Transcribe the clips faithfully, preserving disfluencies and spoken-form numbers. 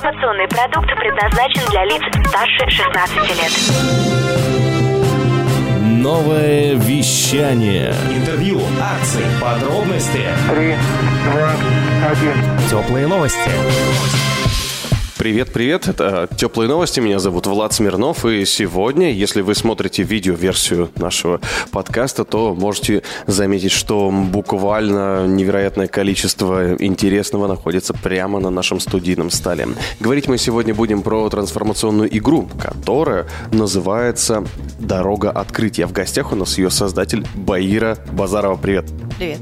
Информационный продукт предназначен для лиц старше шестнадцати лет. Новое вещание. Интервью, акции, подробности. Три, два, один. Теплые новости. Привет, привет, это «Теплые новости», меня зовут Влад Смирнов, и сегодня, если вы смотрите видеоверсию нашего подкаста, то можете заметить, что буквально невероятное количество интересного находится прямо на нашем студийном столе. Говорить мы сегодня будем про трансформационную игру, которая называется «Дорога открытия». В гостях у нас ее создатель Баира Базарова. Привет. Привет.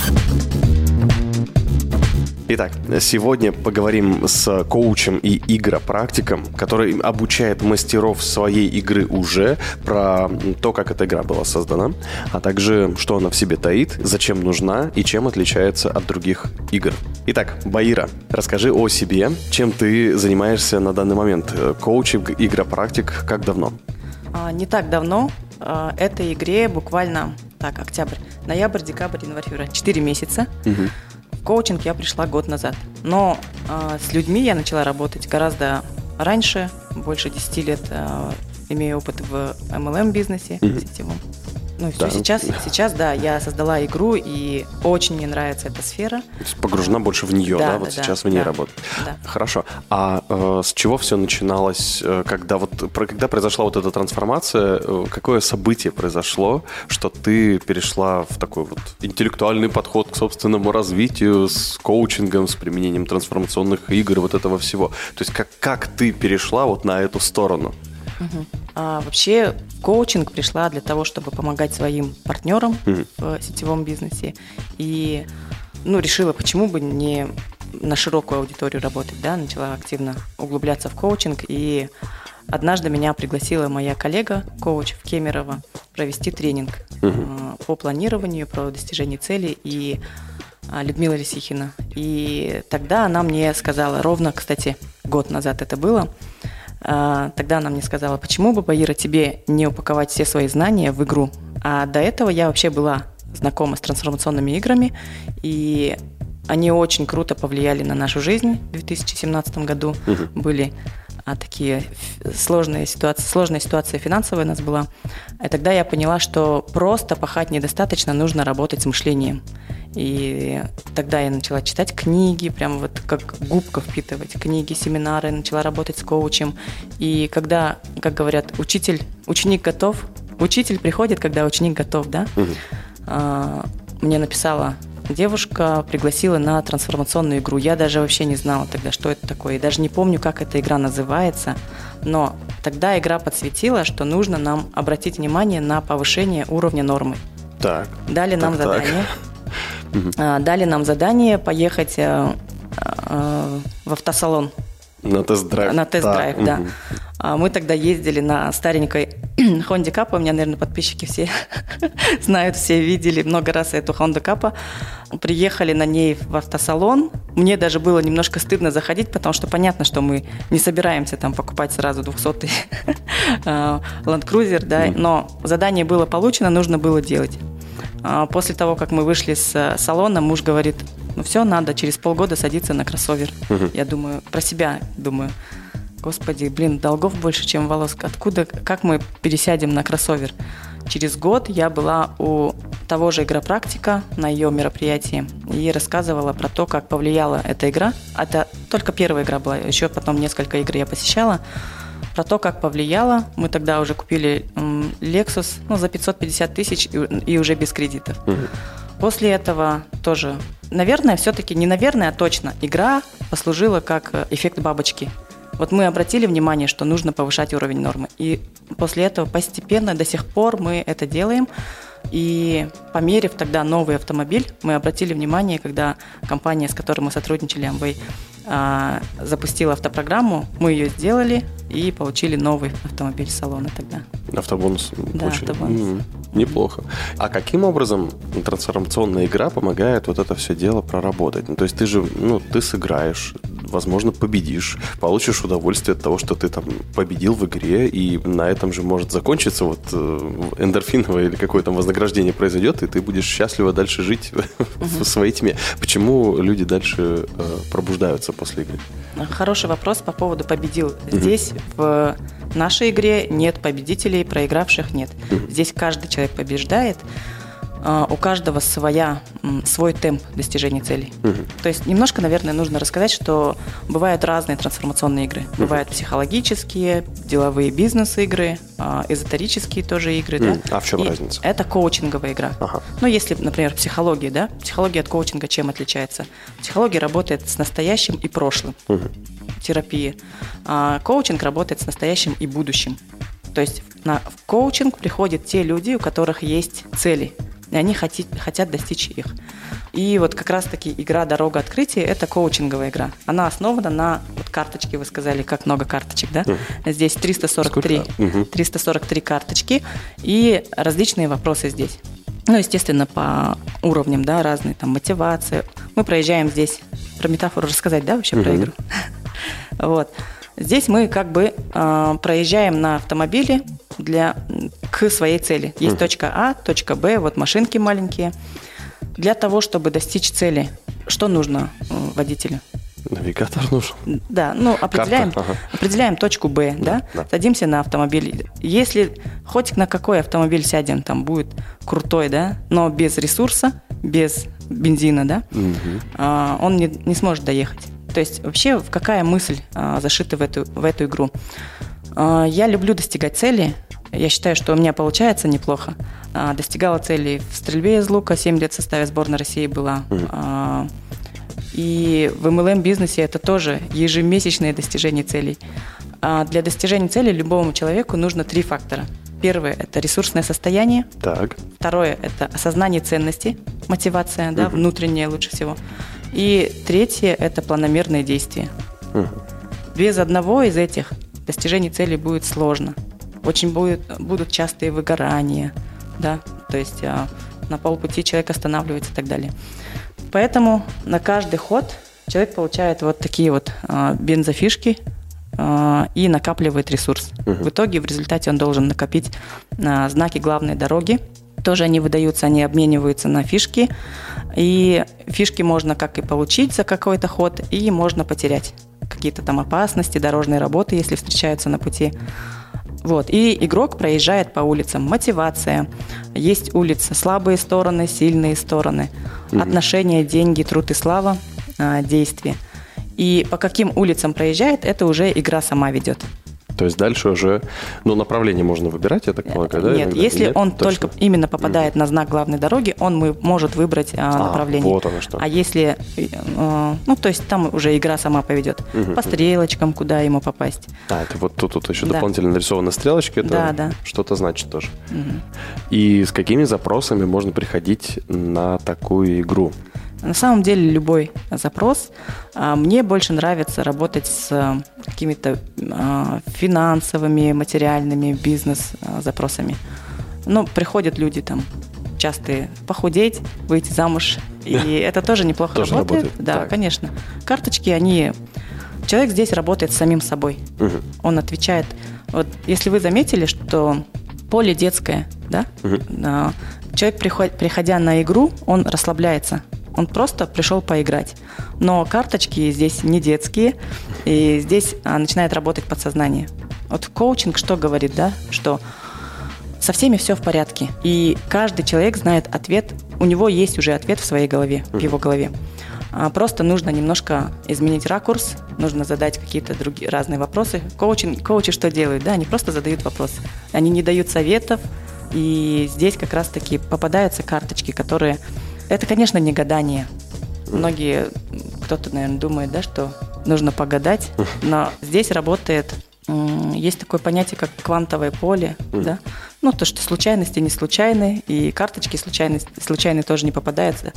Итак, сегодня поговорим с коучем и игропрактиком, который обучает мастеров своей игры уже, про то, как эта игра была создана, а также, что она в себе таит, зачем нужна и чем отличается от других игр. Итак, Баира, расскажи о себе, чем ты занимаешься на данный момент. Коуч, игропрактик, как давно? А, не так давно. А, этой игре буквально, так, октябрь, ноябрь, декабрь, январь, февраль, четыре месяца. Угу. В коучинг я пришла год назад, но э, с людьми я начала работать гораздо раньше, больше десяти лет э, имею опыт в эм эл эм-бизнесе mm-hmm. сетевом. Ну и все, да. сейчас, сейчас, да, я создала игру, и очень мне нравится эта сфера. Погружена больше в нее, да, да вот да, сейчас да, в ней да, работает. Да. Хорошо. А э, с чего все начиналось, когда, вот, когда произошла вот эта трансформация, какое событие произошло, что ты перешла в такой вот интеллектуальный подход к собственному развитию, с коучингом, с применением трансформационных игр, вот этого всего? То есть как, как ты перешла вот на эту сторону? Угу. А, вообще в коучинг пришла для того, чтобы помогать своим партнерам угу. в сетевом бизнесе. И ну, решила, почему бы не на широкую аудиторию работать. Да? Начала активно углубляться в коучинг. И однажды меня пригласила моя коллега, коуч в Кемерово, провести тренинг угу. по планированию, про достижение целей. И Людмила Лисихина. И тогда она мне сказала, ровно, кстати, год назад это было, тогда она мне сказала, почему бы, Баира, тебе не упаковать все свои знания в игру. А до этого я вообще была знакома с трансформационными играми, и они очень круто повлияли на нашу жизнь в две тысячи семнадцатом году. Угу. Были а, такие сложные ситуации, сложная ситуация финансовая у нас была. И тогда я поняла, что просто пахать недостаточно, нужно работать с мышлением. И тогда я начала читать книги, прям вот как губка впитывать книги, семинары, начала работать с коучем. И когда, как говорят, учитель, ученик готов, учитель приходит, когда ученик готов, да? Угу. А, мне написала девушка, пригласила на трансформационную игру. Я даже вообще не знала тогда, что это такое. И даже не помню, как эта игра называется. Но тогда игра подсветила, что нужно нам обратить внимание на повышение уровня нормы. Так. Дали нам так, задание. Так. Дали нам задание поехать э, э, в автосалон. На тест-драйв. На тест-драйв, да. да. Угу. Мы тогда ездили на старенькой Honda Kappa. У меня, наверное, подписчики все знают, все видели много раз эту Honda Kappa. Приехали на ней в автосалон. Мне даже было немножко стыдно заходить, потому что понятно, что мы не собираемся там покупать сразу двухсотый Land Cruiser, да, но задание было получено, нужно было делать. После того, как мы вышли с салона, муж говорит, ну все, надо через полгода садиться на кроссовер. Uh-huh. Я думаю, про себя думаю, господи, блин, долгов больше, чем волос. Откуда, как мы пересядем на кроссовер? Через год я была у того же игропрактика на ее мероприятии и рассказывала про то, как повлияла эта игра. Это только первая игра была, еще потом несколько игр я посещала. Про то, как повлияло. Мы тогда уже купили м, Lexus ну, за пятьсот пятьдесят тысяч и, и уже без кредитов. Угу. После этого тоже, наверное, все-таки, не наверное, а точно, игра послужила как эффект бабочки. Вот мы обратили внимание, что нужно повышать уровень нормы. И после этого постепенно до сих пор мы это делаем. И померив тогда новый автомобиль, мы обратили внимание, когда компания, с которой мы сотрудничали, Amway, запустила автопрограмму, мы ее сделали и получили новый автомобиль с салона тогда. Автобонус. Да, очень, автобонус. М-м, неплохо. А каким образом трансформационная игра помогает вот это все дело проработать? Ну, то есть ты же, ну, ты сыграешь, возможно, победишь, получишь удовольствие от того, что ты там победил в игре, и на этом же может закончиться вот эндорфиновое или какое там вознаграждение произойдет, и ты будешь счастливо дальше жить в своей тьме. Почему люди дальше пробуждаются после игры? Хороший вопрос по поводу победил. Здесь в нашей игре нет победителей, проигравших нет. Здесь каждый человек побеждает. У каждого своя, свой темп достижения целей. Uh-huh. То есть немножко, наверное, нужно рассказать, что бывают разные трансформационные игры. Uh-huh. Бывают психологические, деловые бизнес-игры, эзотерические тоже игры. Uh-huh. Да? А в чем И разница? Это коучинговая игра. Uh-huh. Ну, если, например, психология, да? Психология от коучинга чем отличается? Психология работает с настоящим и прошлым. Uh-huh. Терапия. А коучинг работает с настоящим и будущим. То есть на, в коучинг приходят те люди, у которых есть цели. И они хотят, хотят достичь их. И вот как раз-таки игра «Дорога открытия» – это коучинговая игра. Она основана на вот карточке, вы сказали, как много карточек, да? Uh-huh. Здесь триста сорок три, uh-huh. триста сорок три карточки и различные вопросы здесь. Ну, естественно, по уровням, да, разные, там, мотивация. Мы проезжаем здесь, про метафору рассказать, да, вообще uh-huh. про игру? Вот. Здесь мы как бы э, проезжаем на автомобиле для, к своей цели. Есть uh-huh. точка А, точка Б, вот машинки маленькие. Для того, чтобы достичь цели, что нужно э, водителю? Навигатор нужен. Да, ну определяем, ага. определяем точку Б, да, да, да, садимся на автомобиль. Если хоть на какой автомобиль сядем, там будет крутой, да, но без ресурса, без бензина, да, угу. э, он не, не сможет доехать. То есть вообще какая мысль а, зашита в эту, в эту игру? А, я люблю достигать цели. Я считаю, что у меня получается неплохо. А, достигала целей в стрельбе из лука. семь лет в составе сборной России была. Mm. А, и в эм эл эм-бизнесе это тоже ежемесячное достижение целей. А для достижения цели любому человеку нужно три фактора. Первое – это ресурсное состояние. Так. Второе – это осознание ценности, мотивация, да, mm-hmm. внутренняя лучше всего. И третье – это планомерные действия. Uh-huh. Без одного из этих достижений цели будет сложно. Очень будет, будут частые выгорания, да, то есть а, на полпути человек останавливается и так далее. Поэтому на каждый ход человек получает вот такие вот а, бензофишки а, и накапливает ресурс. Uh-huh. В итоге в результате он должен накопить а, знаки главной дороги. Тоже они выдаются, они обмениваются на фишки. И фишки можно как и получить за какой-то ход, и можно потерять. Какие-то там опасности, дорожные работы, если встречаются на пути. Вот. И игрок проезжает по улицам. Мотивация. Есть улицы. Слабые стороны, сильные стороны. Mm-hmm. Отношения, деньги, труд и слава, действия. И по каким улицам проезжает, это уже игра сама ведет. То есть дальше уже, ну, направление можно выбирать, я так полагаю, да? Нет, иногда? если Нет, он точно? только именно попадает mm-hmm. на знак главной дороги, он мы, может выбрать а, а, направление. Вот оно что. А если, э, ну, то есть там уже игра сама поведет. Mm-hmm. По стрелочкам, куда ему попасть. А, это вот тут, тут еще да. дополнительно нарисована стрелочка, это да, да. что-то значит тоже. Mm-hmm. И с какими запросами можно приходить на такую игру? На самом деле любой запрос. Мне больше нравится работать с какими-то финансовыми, материальными бизнес-запросами. Ну, приходят люди там частые похудеть, выйти замуж, и это тоже неплохо тоже работает. работает. Да, так. Конечно. Карточки, они... Человек здесь работает с самим собой. Угу. Он отвечает... Вот если вы заметили, что поле детское, да? Угу. Человек, приходя на игру, он расслабляется. Он просто пришел поиграть. Но карточки здесь не детские, и здесь а, начинает работать подсознание. Вот коучинг что говорит, да? Что со всеми все в порядке. И каждый человек знает ответ, у него есть уже ответ в своей голове, в его голове. А, просто нужно немножко изменить ракурс, нужно задать какие-то другие разные вопросы. Коучинг, коучи что делают? Да, они просто задают вопросы. Они не дают советов, и здесь как раз-таки попадаются карточки, которые... Это, конечно, не гадание. Многие, кто-то, наверное, думает, да, что нужно погадать, но здесь работает, есть такое понятие, как квантовое поле, да, ну, то, что случайности не случайны, и карточки случайные, случайные тоже не попадаются.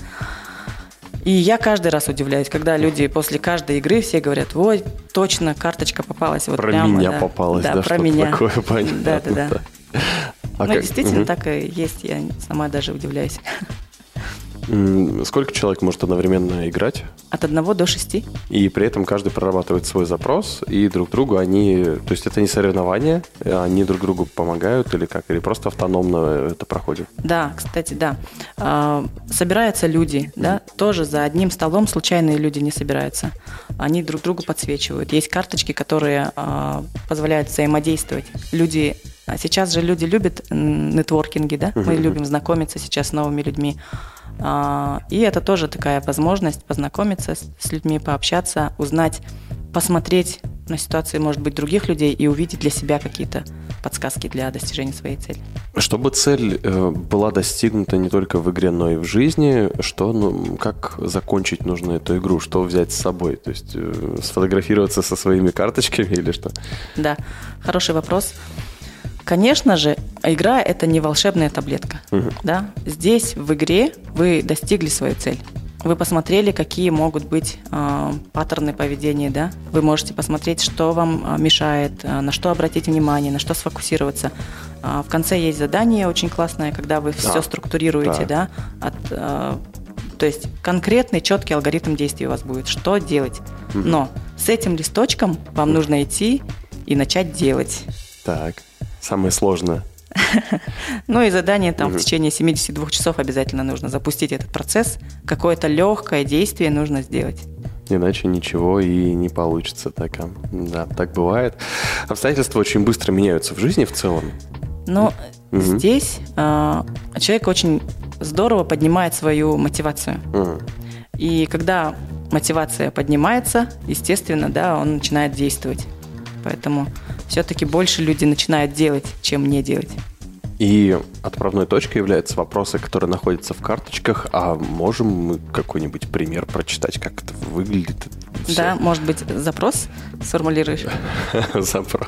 И я каждый раз удивляюсь, когда люди после каждой игры все говорят, ой, точно, карточка попалась. Вот про прямо, меня да, попалась, да, да, про меня. Такое понятно. Да, да, да. А ну, как? действительно, угу. так и есть, я сама даже удивляюсь. Сколько человек может одновременно играть? От одного до шести. И при этом каждый прорабатывает свой запрос, и друг другу они... То есть это не соревнования, они друг другу помогают или как? Или просто автономно это проходит? Да, кстати, да. А, собираются люди, да, тоже за одним столом случайные люди не собираются. Они друг другу подсвечивают. Есть карточки, которые а, позволяют взаимодействовать. Люди... Сейчас же люди любят нетворкинги, да? Мы любим знакомиться сейчас с новыми людьми. И это тоже такая возможность познакомиться с людьми, пообщаться, узнать, посмотреть на ситуации, может быть, других людей и увидеть для себя какие-то подсказки для достижения своей цели. Чтобы цель была достигнута не только в игре, но и в жизни, что, ну, как закончить нужно эту игру, что взять с собой? То есть сфотографироваться со своими карточками или что? Да, хороший вопрос. Конечно же, игра – это не волшебная таблетка. Угу. Да? Здесь, в игре, вы достигли свою цель. Вы посмотрели, какие могут быть э, паттерны поведения. Да? Вы можете посмотреть, что вам э, мешает, э, на что обратить внимание, на что сфокусироваться. Э, в конце есть задание очень классное, когда вы все да. структурируете. Да. Да, от, э, то есть конкретный, четкий алгоритм действий у вас будет. Что делать? Угу. Но с этим листочком вам угу. нужно идти и начать делать. Так. Самое сложное. Ну и задание там угу. в течение семидесяти двух часов обязательно нужно запустить этот процесс. Какое-то легкое действие нужно сделать. Иначе ничего и не получится. Так, да, так бывает. Обстоятельства очень быстро меняются в жизни в целом. Но угу. здесь э, человек очень здорово поднимает свою мотивацию. Угу. И когда мотивация поднимается, естественно, да, он начинает действовать. Поэтому все-таки больше люди начинают делать, чем не делать. И отправной точкой являются вопросы, которые находятся в карточках. А можем мы какой-нибудь пример прочитать, как это выглядит? Все? Да, может быть, запрос сформулируешь? Запрос.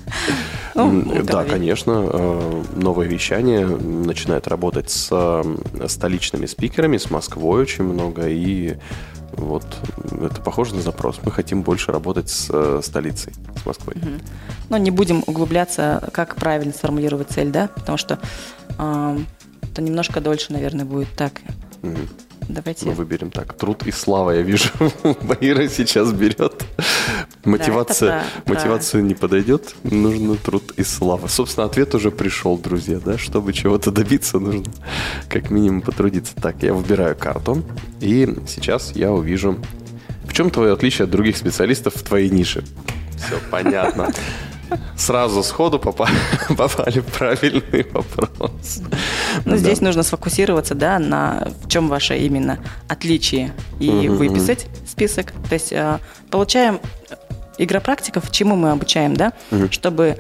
Да, конечно. Новое вещание начинает работать с столичными спикерами, с Москвой очень много. И вот это похоже на запрос. Мы хотим больше работать с э, столицей, с Москвой. Угу. Но не будем углубляться, как правильно сформулировать цель, да? Потому что э, это немножко дольше, наверное, будет так. Угу. Давайте. Мы выберем так. Труд и слава, я вижу. Баира сейчас берет. Мотивация, да, про, мотивация про... не подойдет. Нужно труд и слава. Собственно, ответ уже пришел, друзья. Да? Чтобы чего-то добиться, нужно как минимум потрудиться. Так, я выбираю карту. И сейчас я увижу, в чем твое отличие от других специалистов в твоей нише. Все понятно. Сразу сходу попали, попали в правильный вопрос. Ну, да. Здесь нужно сфокусироваться, да, на в чем ваше именно отличие и угу, выписать угу. список. То есть э, получаем игропрактиков, чему мы обучаем, да, угу. чтобы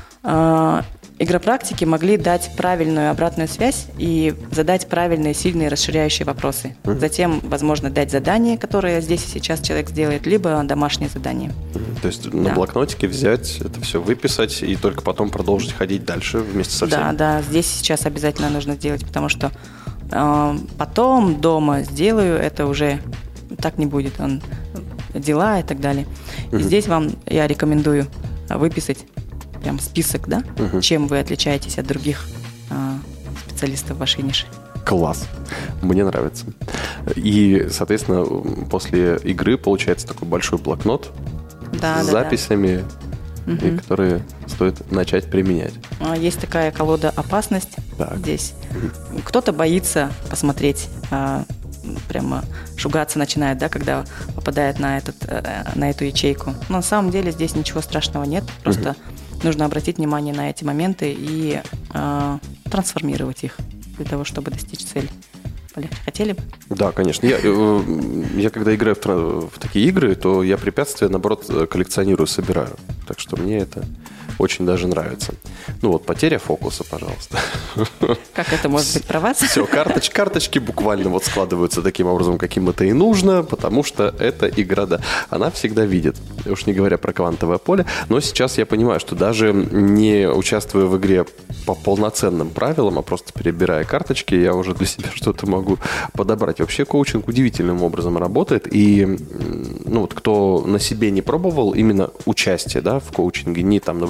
э, игропрактики могли дать правильную обратную связь и задать правильные, сильные, расширяющие вопросы. Угу. Затем, возможно, дать задание, которое здесь и сейчас человек сделает, либо домашнее задание. Угу. То есть да. на блокнотике взять, это все выписать и только потом продолжить ходить дальше вместе со всеми? Да, да, здесь сейчас обязательно нужно сделать, потому что э, потом дома сделаю, это уже так не будет, он, дела и так далее. Угу. И здесь вам я рекомендую выписать прям список, да, угу. чем вы отличаетесь от других э, специалистов в вашей нише. Класс. Мне нравится. И, соответственно, после игры получается такой большой блокнот да, с да, записями, да. и угу. которые стоит начать применять. Есть такая колода «Опасность» так. здесь. Угу. Кто-то боится посмотреть, э, прямо шугаться начинает, да, когда попадает на, этот, э, на эту ячейку. Но на самом деле здесь ничего страшного нет, просто угу. нужно обратить внимание на эти моменты и э, трансформировать их для того, чтобы достичь цели. Хотели бы? Да, конечно. Я, я когда играю в, в такие игры, то я препятствия, наоборот, коллекционирую, собираю. Так что мне это очень даже нравится. Ну вот, потеря фокуса, пожалуйста. Как это может быть про вас? Все, карточ, карточки буквально вот складываются таким образом, каким это и нужно, потому что эта игра, да, она всегда видит. Уж не говоря про квантовое поле. Но сейчас я понимаю, что даже не участвуя в игре по полноценным правилам, а просто перебирая карточки, я уже для себя что-то могу подобрать. Вообще коучинг удивительным образом работает. И ну вот кто на себе не пробовал именно участие, да, в коучинге, не там наблюдение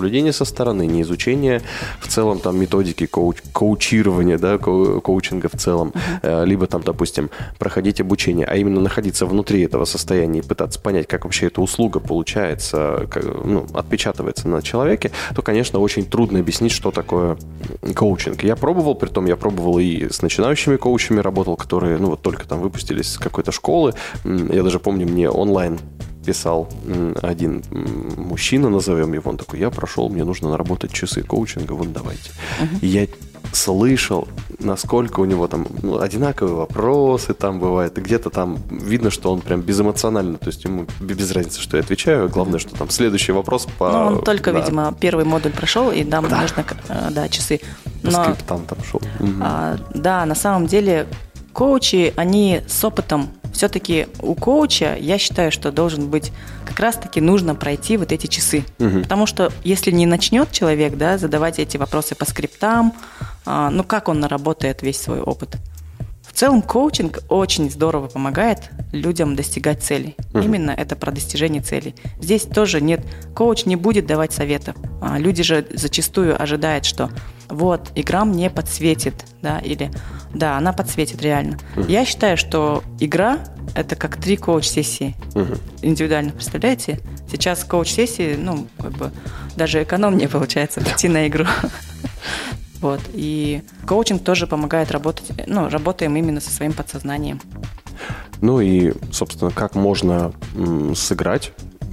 наблюдение со стороны, не изучение в целом там методики коуч, коучирования, да, ко, коучинга в целом, uh-huh. либо там, допустим, проходить обучение, а именно находиться внутри этого состояния и пытаться понять, как вообще эта услуга получается, как, ну, отпечатывается на человеке, то, конечно, очень трудно объяснить, что такое коучинг. Я пробовал, притом я пробовал и с начинающими коучами работал, которые, ну, вот только там выпустились с какой-то школы. Я даже помню, мне онлайн писал один мужчина, назовем его, он такой: я прошел, мне нужно наработать часы коучинга, вот давайте. Uh-huh. И я слышал, насколько у него там, ну, одинаковые вопросы там бывают, и где-то там видно, что он прям безэмоционально, то есть ему без разницы, что я отвечаю, главное, что там следующий вопрос по... Ну, он только, да. видимо, первый модуль прошел, и нам да. нужно, да, часы. По Но, скриптам там шел. А, да, на самом деле коучи, они с опытом, все-таки у коуча, я считаю, что должен быть, как раз-таки нужно пройти вот эти часы. Угу. Потому что если не начнет человек, да, задавать эти вопросы по скриптам, а, ну как он наработает весь свой опыт? В целом коучинг очень здорово помогает людям достигать целей. Угу. Именно это про достижение целей. Здесь тоже нет, коуч не будет давать советов. А, люди же зачастую ожидают, что вот, игра мне подсветит, да, или да, она подсветит реально. Uh-huh. Я считаю, что игра – это как три коуч-сессии uh-huh. индивидуально, представляете? Сейчас коуч-сессии, ну, как бы даже экономнее получается пойти на игру. Вот, и коучинг тоже помогает работать, ну, работаем именно со своим подсознанием. Ну и, собственно, как можно м, сыграть?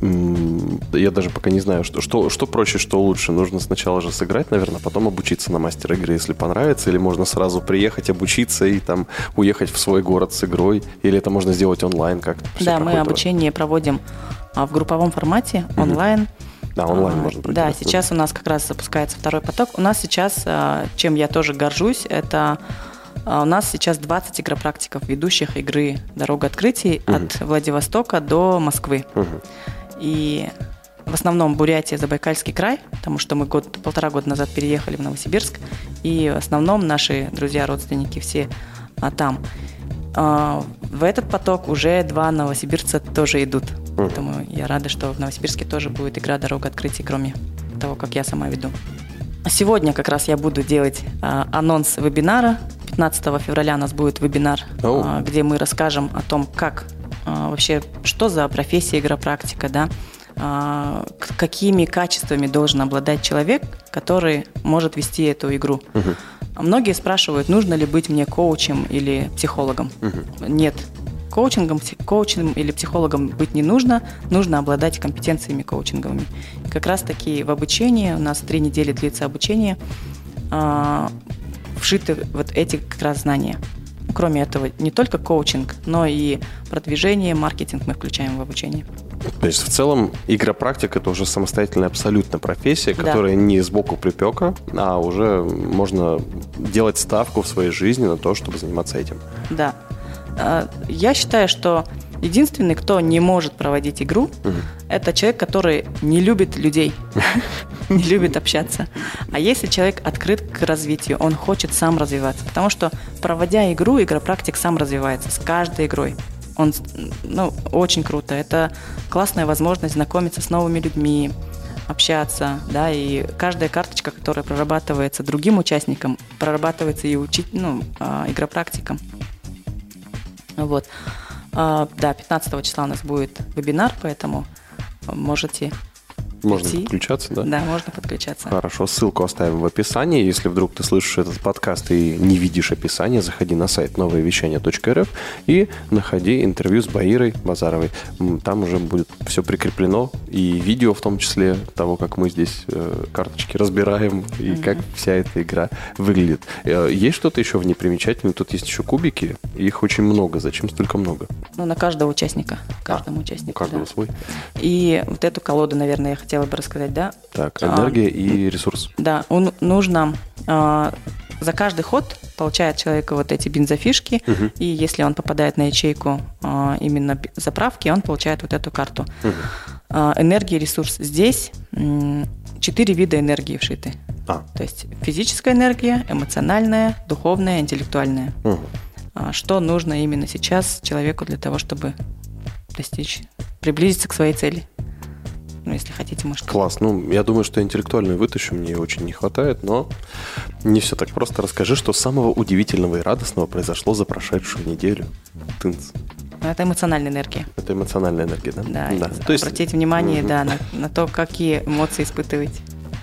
Я даже пока не знаю, что, что, что проще, что лучше. Нужно сначала же сыграть, наверное, потом обучиться на мастера игры, если понравится. Или можно сразу приехать, обучиться и там уехать в свой город с игрой. Или это можно сделать онлайн как-то. Да, мы обучение проводим в групповом формате, онлайн. Mm-hmm. Да, онлайн а, можно пройти. Да, сейчас у нас как раз запускается второй поток. У нас сейчас, чем я тоже горжусь, это... У нас сейчас двадцать игропрактиков, ведущих игры «Дорога открытий» uh-huh. от Владивостока до Москвы. Uh-huh. И в основном Бурятия, Забайкальский край, потому что мы год, полтора года назад переехали в Новосибирск, и в основном наши друзья, родственники все а, там. А, в этот поток уже два новосибирца тоже идут. Uh-huh. Поэтому я рада, что в Новосибирске тоже будет игра «Дорога открытий», кроме того, как я сама веду. Сегодня как раз я буду делать а, анонс вебинара. пятнадцатого февраля у нас будет вебинар, oh. а, где мы расскажем о том, как а, вообще, что за профессия игропрактика, да, а, какими качествами должен обладать человек, который может вести эту игру. Uh-huh. Многие спрашивают, нужно ли быть мне коучем или психологом. Uh-huh. Нет. Коучингом, коучем или психологом быть не нужно, нужно обладать компетенциями коучинговыми. И как раз-таки в обучении, у нас три недели длится обучение, а, вшиты вот эти как раз знания. Кроме этого, не только коучинг, но и продвижение, маркетинг мы включаем в обучение. То есть в целом игропрактик – это уже самостоятельная абсолютно профессия, которая да. не сбоку припека, а уже можно делать ставку в своей жизни на то, чтобы заниматься этим. Да. Я считаю, что единственный, кто не может проводить игру, угу. это человек, который не любит людей, не любит общаться. А если человек открыт к развитию, он хочет сам развиваться. Потому что, проводя игру, игропрактик сам развивается с каждой игрой. Он, ну, очень круто. Это классная возможность знакомиться с новыми людьми, общаться, да, и каждая карточка, которая прорабатывается другим участникам, прорабатывается и учить, ну, игропрактикам. Вот. Да, пятнадцатого числа у нас будет вебинар, поэтому можете Можно идти. подключаться, да? Да, можно подключаться. Хорошо, ссылку оставим в описании. Если вдруг ты слышишь этот подкаст и не видишь описания, заходи на сайт новое вещание точка эр эф и находи интервью с Баирой Базаровой. Там уже будет все прикреплено, и видео в том числе того, как мы здесь э, карточки разбираем, и mm-hmm. как вся эта игра выглядит. Э, есть что-то еще в непримечательном? Тут есть еще кубики, их очень много. Зачем столько много? Ну, на каждого участника. Каждому а, участнику, у каждого да. свой. И вот эту колоду, наверное, я хотела бы рассказать, да? Так, энергия а, и ресурс. Да, он, нужно а, за каждый ход получает человек вот эти бензофишки, угу. и если он попадает на ячейку а, именно заправки, он получает вот эту карту. Угу. А, энергия и ресурс. Здесь четыре вида энергии вшиты. А. То есть физическая энергия, эмоциональная, духовная, интеллектуальная. Угу. А, что нужно именно сейчас человеку для того, чтобы достичь, приблизиться к своей цели? Ну, если хотите, можете. Класс. Ну, я думаю, что интеллектуальную вытащу, мне очень не хватает, но не все так просто. Расскажи, что самого удивительного и радостного произошло за прошедшую неделю. Тынц. Это эмоциональная энергия. Это эмоциональная энергия, да? Да. да. То есть... Обратите внимание, угу. да, на, на то, какие эмоции испытываете.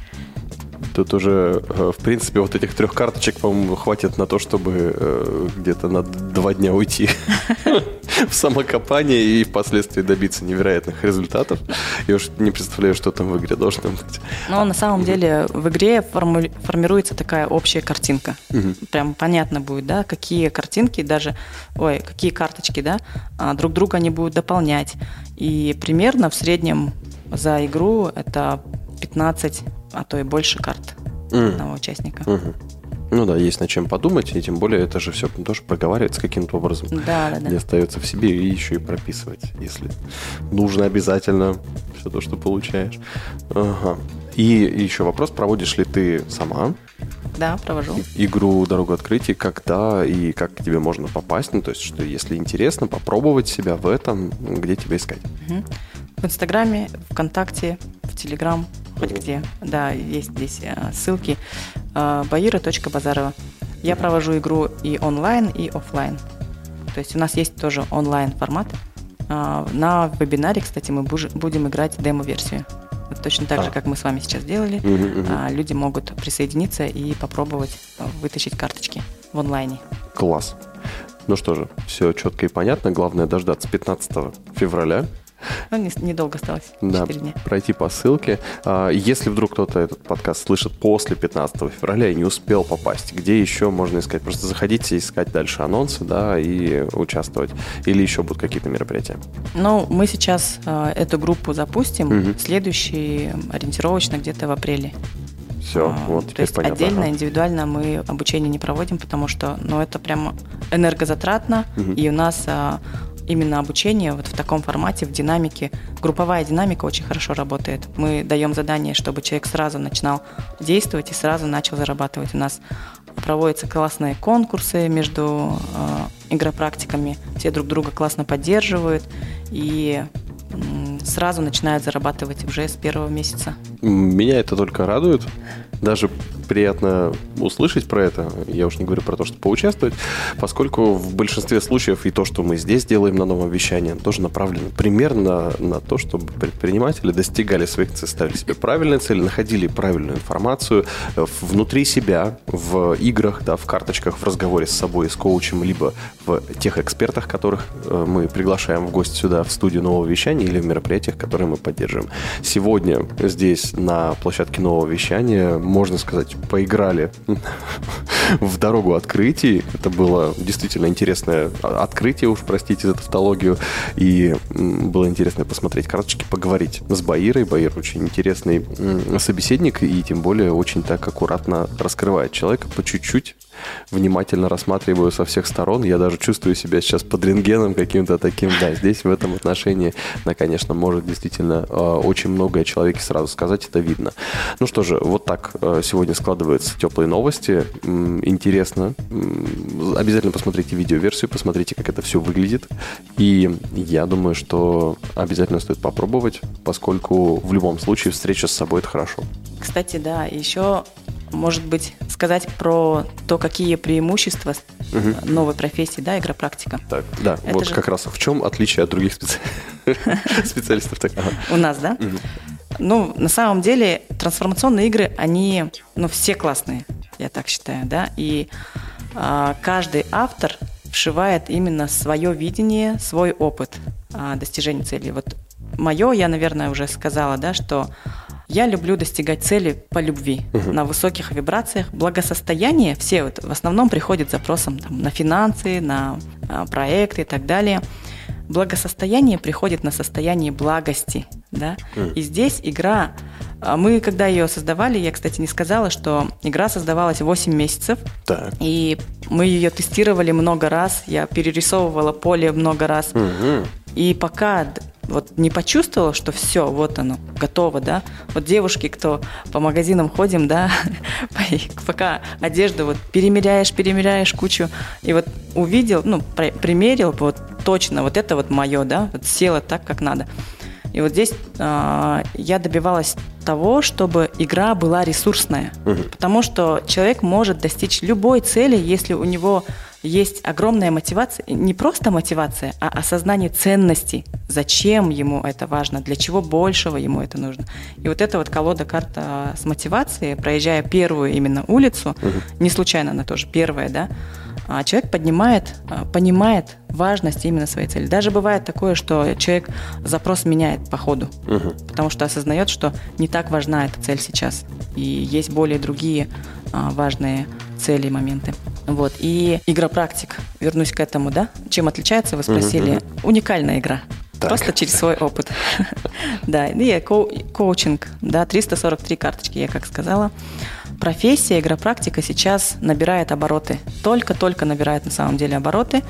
Тут уже, в принципе, вот этих трех карточек, по-моему, хватит на то, чтобы где-то на два дня уйти в самокопание и впоследствии добиться невероятных результатов. Я уж не представляю, что там в игре должно быть. Но на самом деле в игре форми- формируется такая общая картинка. Угу. Прям понятно будет, да, какие картинки даже, ой, какие карточки, да, друг друга они будут дополнять. И примерно в среднем за игру это пятнадцать, а то и больше карт mm. одного участника. Mm-hmm. Ну да, есть над чем подумать, и тем более это же все тоже проговаривается каким-то образом. Да, да, да. Не остается в себе и еще и прописывать, если нужно обязательно все то, что получаешь. Ага. И еще вопрос, проводишь ли ты сама? Да, провожу. Игру «Дорогу открытий», когда и как к тебе можно попасть? Ну, то есть, что если интересно, попробовать себя в этом, где тебя искать? Угу. В Инстаграме, ВКонтакте, в Телеграм, хоть где. Да, есть здесь ссылки. баира точка базарова. Я провожу игру и онлайн, и офлайн. То есть у нас есть тоже онлайн формат. На вебинаре, кстати, мы будем играть демо-версию. Вот точно так а. же, как мы с вами сейчас делали. Угу, угу. Люди могут присоединиться и попробовать вытащить карточки в онлайне. Класс. Ну что же, все четко и понятно. Главное дождаться пятнадцатого февраля. Ну, не, недолго осталось, да, четыре дня. Пройти по ссылке. Если вдруг кто-то этот подкаст слышит после пятнадцатого февраля и не успел попасть, где еще можно искать? Просто заходите и искать дальше анонсы, да, и участвовать. Или еще будут какие-то мероприятия? Ну, мы сейчас э, эту группу запустим, угу. Следующий ориентировочно где-то в апреле. Все, а, вот теперь то есть понятно. Отдельно, ага. индивидуально мы обучение не проводим, потому что, ну, это прямо энергозатратно, угу. и у нас... А, именно обучение вот в таком формате, в динамике. Групповая динамика очень хорошо работает. Мы даем задание, чтобы человек сразу начинал действовать и сразу начал зарабатывать. У нас проводятся классные конкурсы между э, игропрактиками. Все друг друга классно поддерживают и м, сразу начинают зарабатывать уже с первого месяца. Меня это только радует. Даже приятно услышать про это, я уж не говорю про то, что поучаствовать, поскольку в большинстве случаев и то, что мы здесь делаем на новом вещании, тоже направлено примерно на то, чтобы предприниматели достигали своих целей, ставили себе правильные цели, находили правильную информацию внутри себя, в играх, да, в карточках, в разговоре с собой, с коучем, либо в тех экспертах, которых мы приглашаем в гости сюда, в студию нового вещания, или в мероприятиях, которые мы поддерживаем. Сегодня здесь, на площадке нового вещания, можно сказать, поиграли в «Дорогу открытий». Это было действительно интересное открытие, уж простите за тавтологию. И было интересно посмотреть карточки, поговорить с Баирой. Баир очень интересный собеседник и тем более очень так аккуратно раскрывает человека по чуть-чуть. Внимательно рассматриваю со всех сторон. Я даже чувствую себя сейчас под рентгеном каким-то таким. Да, здесь в этом отношении, она, конечно, может действительно очень многое о человеке сразу сказать, это видно. Ну что же, вот так сегодня складываются теплые новости. Интересно. Обязательно посмотрите видеоверсию, посмотрите, как это все выглядит. И я думаю, что обязательно стоит попробовать, поскольку в любом случае встреча с собой – это хорошо. Кстати, да, еще... Может быть, сказать про то, какие преимущества угу. новой профессии, да, игропрактика. Так, да, это вот же... как раз в чем отличие от других специ... специалистов. Так. Ага. У нас, да? Угу. Ну, на самом деле, трансформационные игры, они, ну, все классные, я так считаю, да, и а, каждый автор вшивает именно свое видение, свой опыт а, достижения цели. Вот мое, я, наверное, уже сказала, да, что я люблю достигать цели по любви, uh-huh. на высоких вибрациях. Благосостояние все вот в основном приходит с запросом там, на финансы, на а, проекты и так далее. Благосостояние приходит на состояние благости, да. Uh-huh. И здесь игра, мы когда ее создавали, я, кстати, не сказала, что игра создавалась восемь месяцев, так. и мы ее тестировали много раз, я перерисовывала поле много раз, uh-huh. и пока вот не почувствовала, что все, вот оно, готово, да. Вот девушки, кто по магазинам ходим, да, пока одежду вот перемеряешь, перемеряешь кучу, и вот увидел, ну, примерил, вот точно, вот это вот мое, да, вот село так, как надо. И вот здесь э, я добивалась того, чтобы игра была ресурсная. Угу. Потому что человек может достичь любой цели, если у него есть огромная мотивация, не просто мотивация, а осознание ценностей, зачем ему это важно, для чего большего ему это нужно. И вот эта вот колода карт с мотивацией, проезжая первую именно улицу, угу. не случайно она тоже первая, да, человек поднимает, понимает важность именно своей цели. Даже бывает такое, что человек запрос меняет по ходу, угу. потому что осознает, что не так важна эта цель сейчас, и есть более другие важные цели и моменты. Вот. И игропрактик, вернусь к этому, да? Чем отличается, вы спросили. Uh-huh. Уникальная игра. Так. Просто через свой опыт. Да, и коучинг, да, триста сорок три карточки, я как сказала. Профессия игропрактика сейчас набирает обороты. Только-только набирает на самом деле обороты.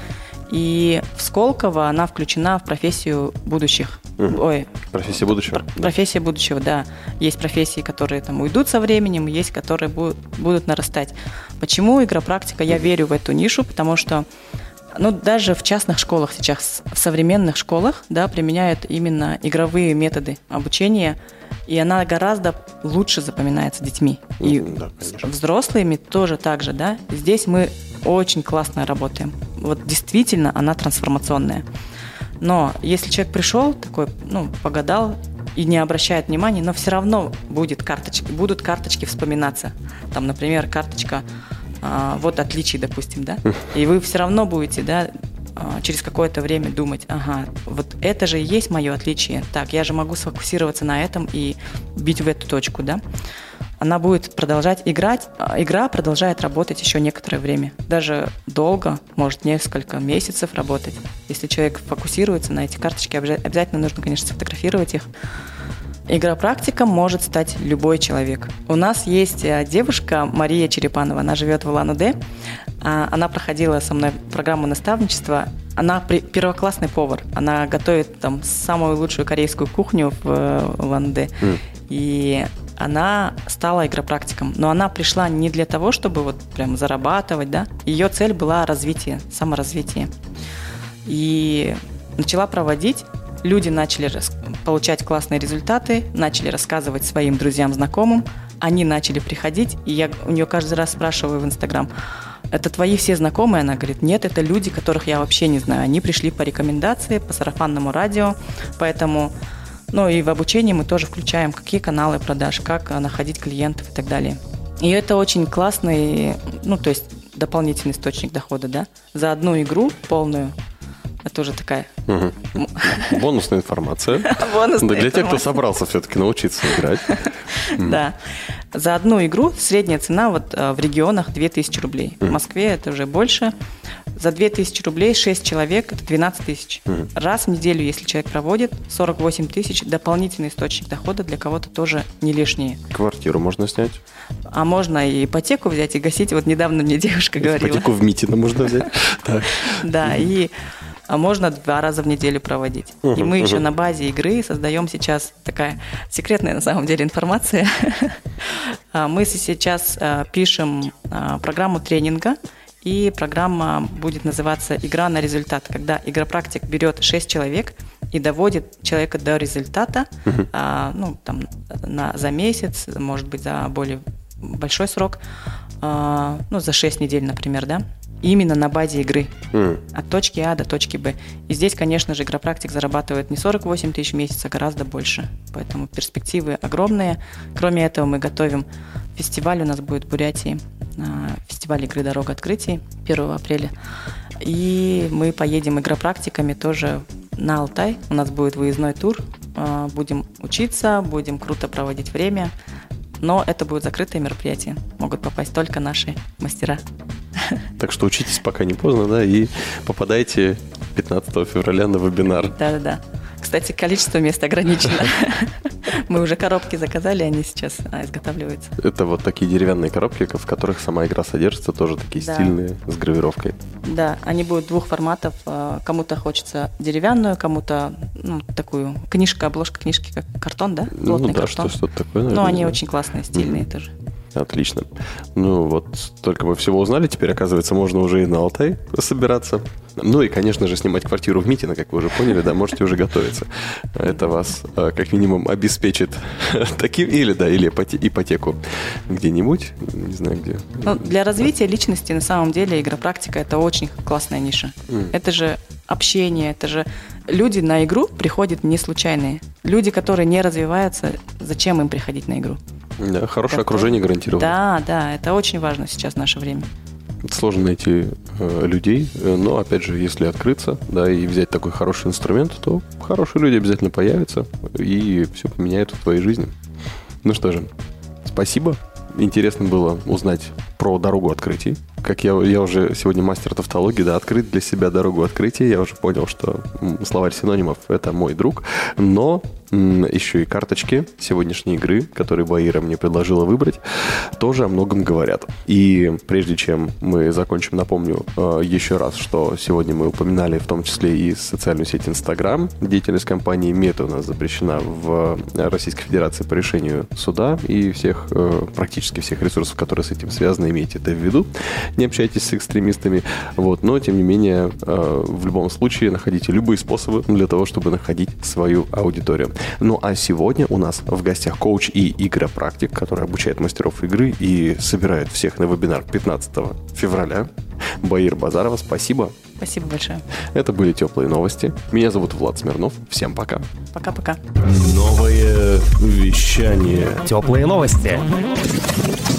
И в Сколково она включена в профессию будущих. Угу. Ой, профессия будущего. Профессия будущего, да. Есть профессии, которые там уйдут со временем, есть, которые будут, будут нарастать. Почему игропрактика? Я верю в эту нишу, потому что ну, даже в частных школах сейчас, в современных школах, да, применяют именно игровые методы обучения, и она гораздо лучше запоминается детьми. И да, взрослыми тоже так же, да. Здесь мы очень классно работаем. Вот действительно она трансформационная. Но если человек пришел такой, ну, погадал и не обращает внимания, но все равно будет карточки, будут карточки вспоминаться. Там, например, карточка а, вот отличий, допустим, да. И вы все равно будете, да, через какое-то время думать, ага, вот это же и есть мое отличие. Так, я же могу сфокусироваться на этом и бить в эту точку, да. Она будет продолжать играть, игра продолжает работать еще некоторое время. Даже долго, может, несколько месяцев работать. Если человек фокусируется на эти карточки, обязательно нужно, конечно, сфотографировать их. Игропрактиком может стать любой человек. У нас есть девушка Мария Черепанова, она живет в Улан-Удэ. Она проходила со мной программу наставничества. Она первоклассный повар. Она готовит там самую лучшую корейскую кухню в Улан-Удэ. Mm. И она стала игропрактиком. Но она пришла не для того, чтобы вот прям зарабатывать, да. Ее цель была развитие, саморазвитие. И начала проводить. Люди начали рас... получать классные результаты, начали рассказывать своим друзьям, знакомым. Они начали приходить, и я у нее каждый раз спрашиваю в Инстаграм: это твои все знакомые? Она говорит: нет, это люди, которых я вообще не знаю. Они пришли по рекомендации, по сарафанному радио, поэтому... Ну и в обучении мы тоже включаем, какие каналы продаж, как находить клиентов и так далее. И это очень классный, ну то есть дополнительный источник дохода, да. За одну игру полную. Это уже такая... Угу. Бонусная информация. Бонусная да, для информация. Тех, кто собрался все-таки научиться играть. Да. За одну игру средняя цена вот в регионах две тысячи рублей. В Москве это уже больше. За две тысячи рублей шесть человек – это двенадцать тысяч. Угу. Раз в неделю, если человек проводит, сорок восемь тысяч – дополнительный источник дохода для кого-то тоже не лишние. Квартиру можно снять? А можно и ипотеку взять и гасить. Вот недавно мне девушка говорила. Ипотеку в Митино можно взять. Да, и... А можно два раза в неделю проводить. Uh-huh, и мы uh-huh. еще на базе игры создаем сейчас такая секретная на самом деле информация. Мы сейчас пишем программу тренинга, и программа будет называться «Игра на результат», когда игропрактик берет шесть человек и доводит человека до результата, uh-huh. ну, там, на, за месяц, может быть, за более большой срок, ну, за шесть недель, например, да. Именно на базе игры. Mm. От точки А до точки Б. И здесь, конечно же, игропрактик зарабатывает не сорок восемь тысяч в месяц, а гораздо больше. Поэтому перспективы огромные. Кроме этого, мы готовим фестиваль. У нас будет в Бурятии. Фестиваль игры «Дорога открытий» первого апреля. И мы поедем игропрактиками тоже на Алтай. У нас будет выездной тур. Будем учиться, будем круто проводить время. Но это будет закрытое мероприятие. Могут попасть только наши мастера. Так что учитесь, пока не поздно, да, и попадайте пятнадцатого февраля на вебинар. Да-да-да. Кстати, количество мест ограничено. Мы уже коробки заказали, они сейчас а, изготавливаются. Это вот такие деревянные коробки, в которых сама игра содержится, тоже такие да. стильные, с гравировкой. Да, они будут двух форматов. Кому-то хочется деревянную, кому-то ну, такую книжка, обложка книжки, как картон, да? Плотный ну да, картон. Что, что-то такое. Наверное, Но они да. очень классные, стильные mm-hmm. тоже. Отлично. Ну вот, только мы всего узнали, теперь, оказывается, можно уже и на Алтай собираться. Ну и, конечно же, снимать квартиру в Митино, как вы уже поняли, да, можете уже готовиться. Это вас, как минимум, обеспечит таким, или, да, или ипотеку где-нибудь, не знаю где. Ну, для развития личности, на самом деле, игропрактика – это очень классная ниша. Mm. Это же общение, это же люди на игру приходят не случайные. Люди, которые не развиваются, зачем им приходить на игру? Да, хорошее это... окружение гарантировано. Да, да, это очень важно сейчас в наше время. Сложно найти э, людей, но, опять же, если открыться, да, и взять такой хороший инструмент, то хорошие люди обязательно появятся и все поменяют в твоей жизни. Ну что же, спасибо. Интересно было узнать про дорогу открытий. Как я, я уже сегодня мастер тавтологии, да, открыть для себя дорогу открытий. Я уже понял, что словарь синонимов – это мой друг. Но м, еще и карточки сегодняшней игры, которые Баира мне предложила выбрать, тоже о многом говорят. И прежде чем мы закончим, напомню э, еще раз, что сегодня мы упоминали в том числе и социальную сеть Инстаграм. Деятельность компании Мета у нас запрещена в Российской Федерации по решению суда, и всех, э, практически всех ресурсов, которые с этим связаны, имейте это в виду. Не общайтесь с экстремистами, вот, но, тем не менее, э, в любом случае находите любые способы для того, чтобы находить свою аудиторию. Ну, а сегодня у нас в гостях коуч и игропрактик, который обучает мастеров игры и собирает всех на вебинар пятнадцатого февраля. Баира Базарова, спасибо. Спасибо большое. Это были теплые новости. Меня зовут Влад Смирнов. Всем пока. Пока-пока. Новое вещание. Теплые новости.